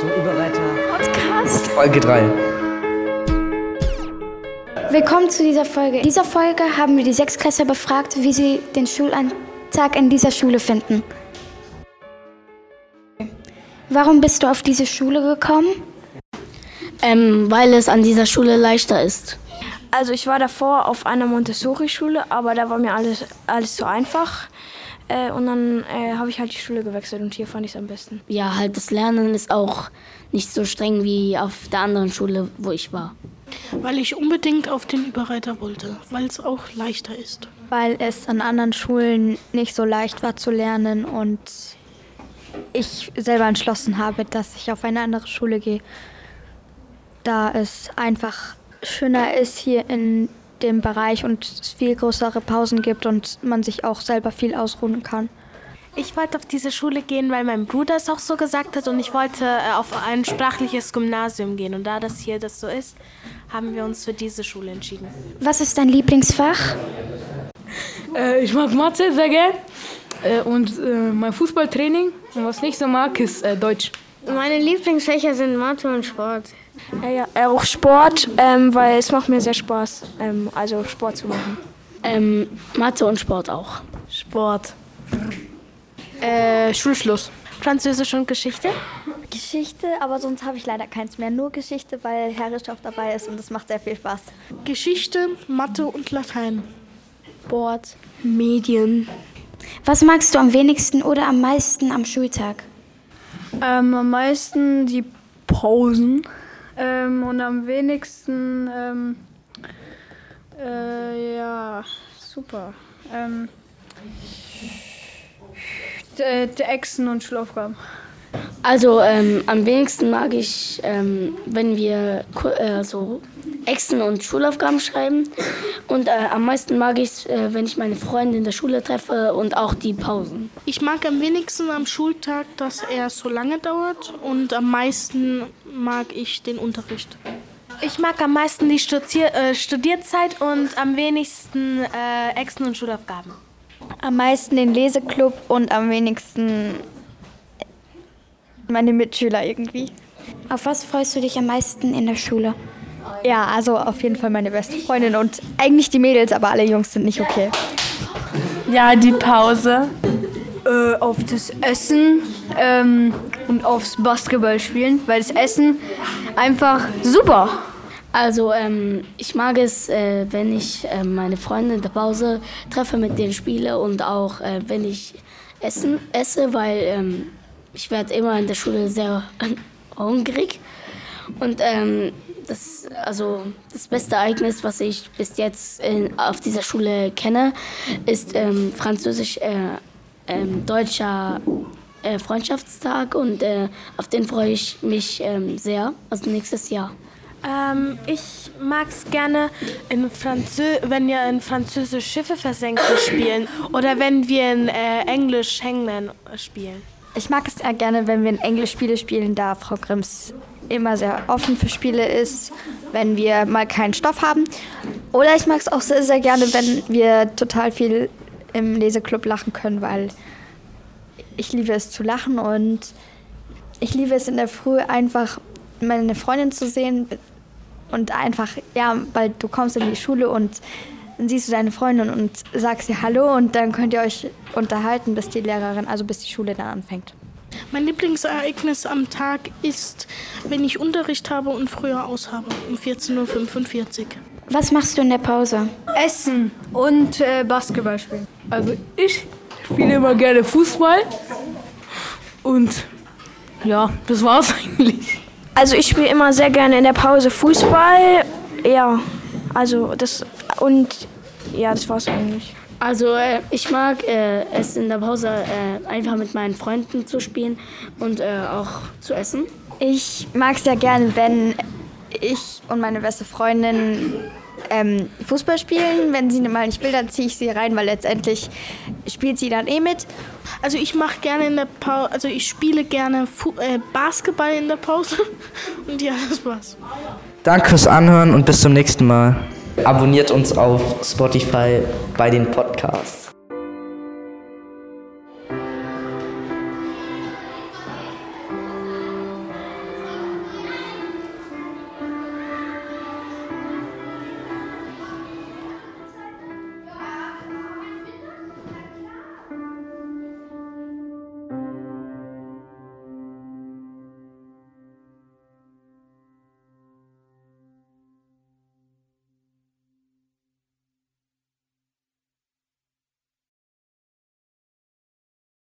zum Überreiter Podcast. Folge 3. Willkommen zu dieser Folge. In dieser Folge haben wir die Sechstklässler befragt, wie sie den Schulalltag in dieser Schule finden. Warum bist du auf diese Schule gekommen? Weil es an dieser Schule leichter ist. Also ich war davor auf einer Montessori-Schule, aber da war mir alles zu einfach. Und dann habe ich halt die Schule gewechselt und hier fand ich es am besten. Ja, halt das Lernen ist auch nicht so streng wie auf der anderen Schule, wo ich war. Weil ich unbedingt auf den Überreiter wollte, weil es auch leichter ist. Weil es an anderen Schulen nicht so leicht war zu lernen und ich selber entschlossen habe, dass ich auf eine andere Schule gehe, da es einfach schöner ist hier in dem Bereich und es viel größere Pausen gibt und man sich auch selber viel ausruhen kann. Ich wollte auf diese Schule gehen, weil mein Bruder es auch so gesagt hat und ich wollte auf ein sprachliches Gymnasium gehen. Und da das hier das so ist, haben wir uns für diese Schule entschieden. Was ist dein Lieblingsfach? Ich mag Mathe sehr gern und mein Fußballtraining. Und was ich nicht so mag, ist Deutsch. Meine Lieblingsfächer sind Mathe und Sport. Ja, auch Sport, weil es macht mir sehr Spaß, also Sport zu machen. Mathe und Sport auch. Sport. Schulschluss. Französisch und Geschichte? Geschichte, aber sonst habe ich leider keins mehr. Nur Geschichte, weil Herr Richthoff dabei ist und das macht sehr viel Spaß. Geschichte, Mathe und Latein. Sport. Medien. Was magst du am wenigsten oder am meisten am Schultag? Am meisten die Pausen und am wenigsten, die Echsen und Schulaufgaben. Also am wenigsten mag ich, wenn wir so Echsen und Schulaufgaben schreiben. Und am meisten mag ich es, wenn ich meine Freunde in der Schule treffe und auch die Pausen. Ich mag am wenigsten am Schultag, dass er so lange dauert und am meisten mag ich den Unterricht. Ich mag am meisten die Studierzeit und am wenigsten Echsen und Schulaufgaben. Am meisten den Leseclub und am wenigsten meine Mitschüler irgendwie. Auf was freust du dich am meisten in der Schule? Ja, also auf jeden Fall meine beste Freundin und eigentlich die Mädels, aber alle Jungs sind nicht okay. Ja, die Pause. Auf das Essen und aufs Basketballspielen, weil das Essen einfach super. Also ich mag es, wenn ich meine Freunde in der Pause treffe, mit denen spiele und auch wenn ich esse, weil ich werde immer in der Schule sehr hungrig. Und das beste Ereignis, was ich bis jetzt auf dieser Schule kenne, ist deutscher Freundschaftstag und auf den freue ich mich sehr, also nächstes Jahr. Ich mag es gerne, wenn wir in Französisch Schiffe versenken spielen oder wenn wir in Englisch Hangman spielen. Ich mag es sehr gerne, wenn wir in Englisch Spiele spielen, da Frau Grimms immer sehr offen für Spiele ist, wenn wir mal keinen Stoff haben. Oder ich mag es auch sehr, sehr gerne, wenn wir total viel im Leseclub lachen können, weil ich liebe es zu lachen und ich liebe es in der Früh einfach meine Freundin zu sehen und einfach, ja, weil du kommst in die Schule und dann siehst du deine Freundin und sagst ihr Hallo und dann könnt ihr euch unterhalten, bis die Lehrerin, also bis die Schule dann anfängt. Mein Lieblingsereignis am Tag ist, wenn ich Unterricht habe und früher aus habe, um 14:45 Uhr. Was machst du in der Pause? Essen und Basketball spielen. Also ich spiele immer gerne Fußball und ja, das war's eigentlich. Also ich spiele immer sehr gerne in der Pause Fußball. Ja, also das war's eigentlich. Also ich mag es in der Pause einfach mit meinen Freunden zu spielen und auch zu essen. Ich mag es sehr gerne, wenn ich und meine beste Freundin Fußball spielen. Wenn sie mal nicht will, dann ziehe ich sie rein, weil letztendlich spielt sie dann mit. Also ich mache gerne in der Pause, also ich spiele gerne Basketball in der Pause und ja, das war's. Danke fürs Anhören und bis zum nächsten Mal. Abonniert uns auf Spotify bei den Podcasts.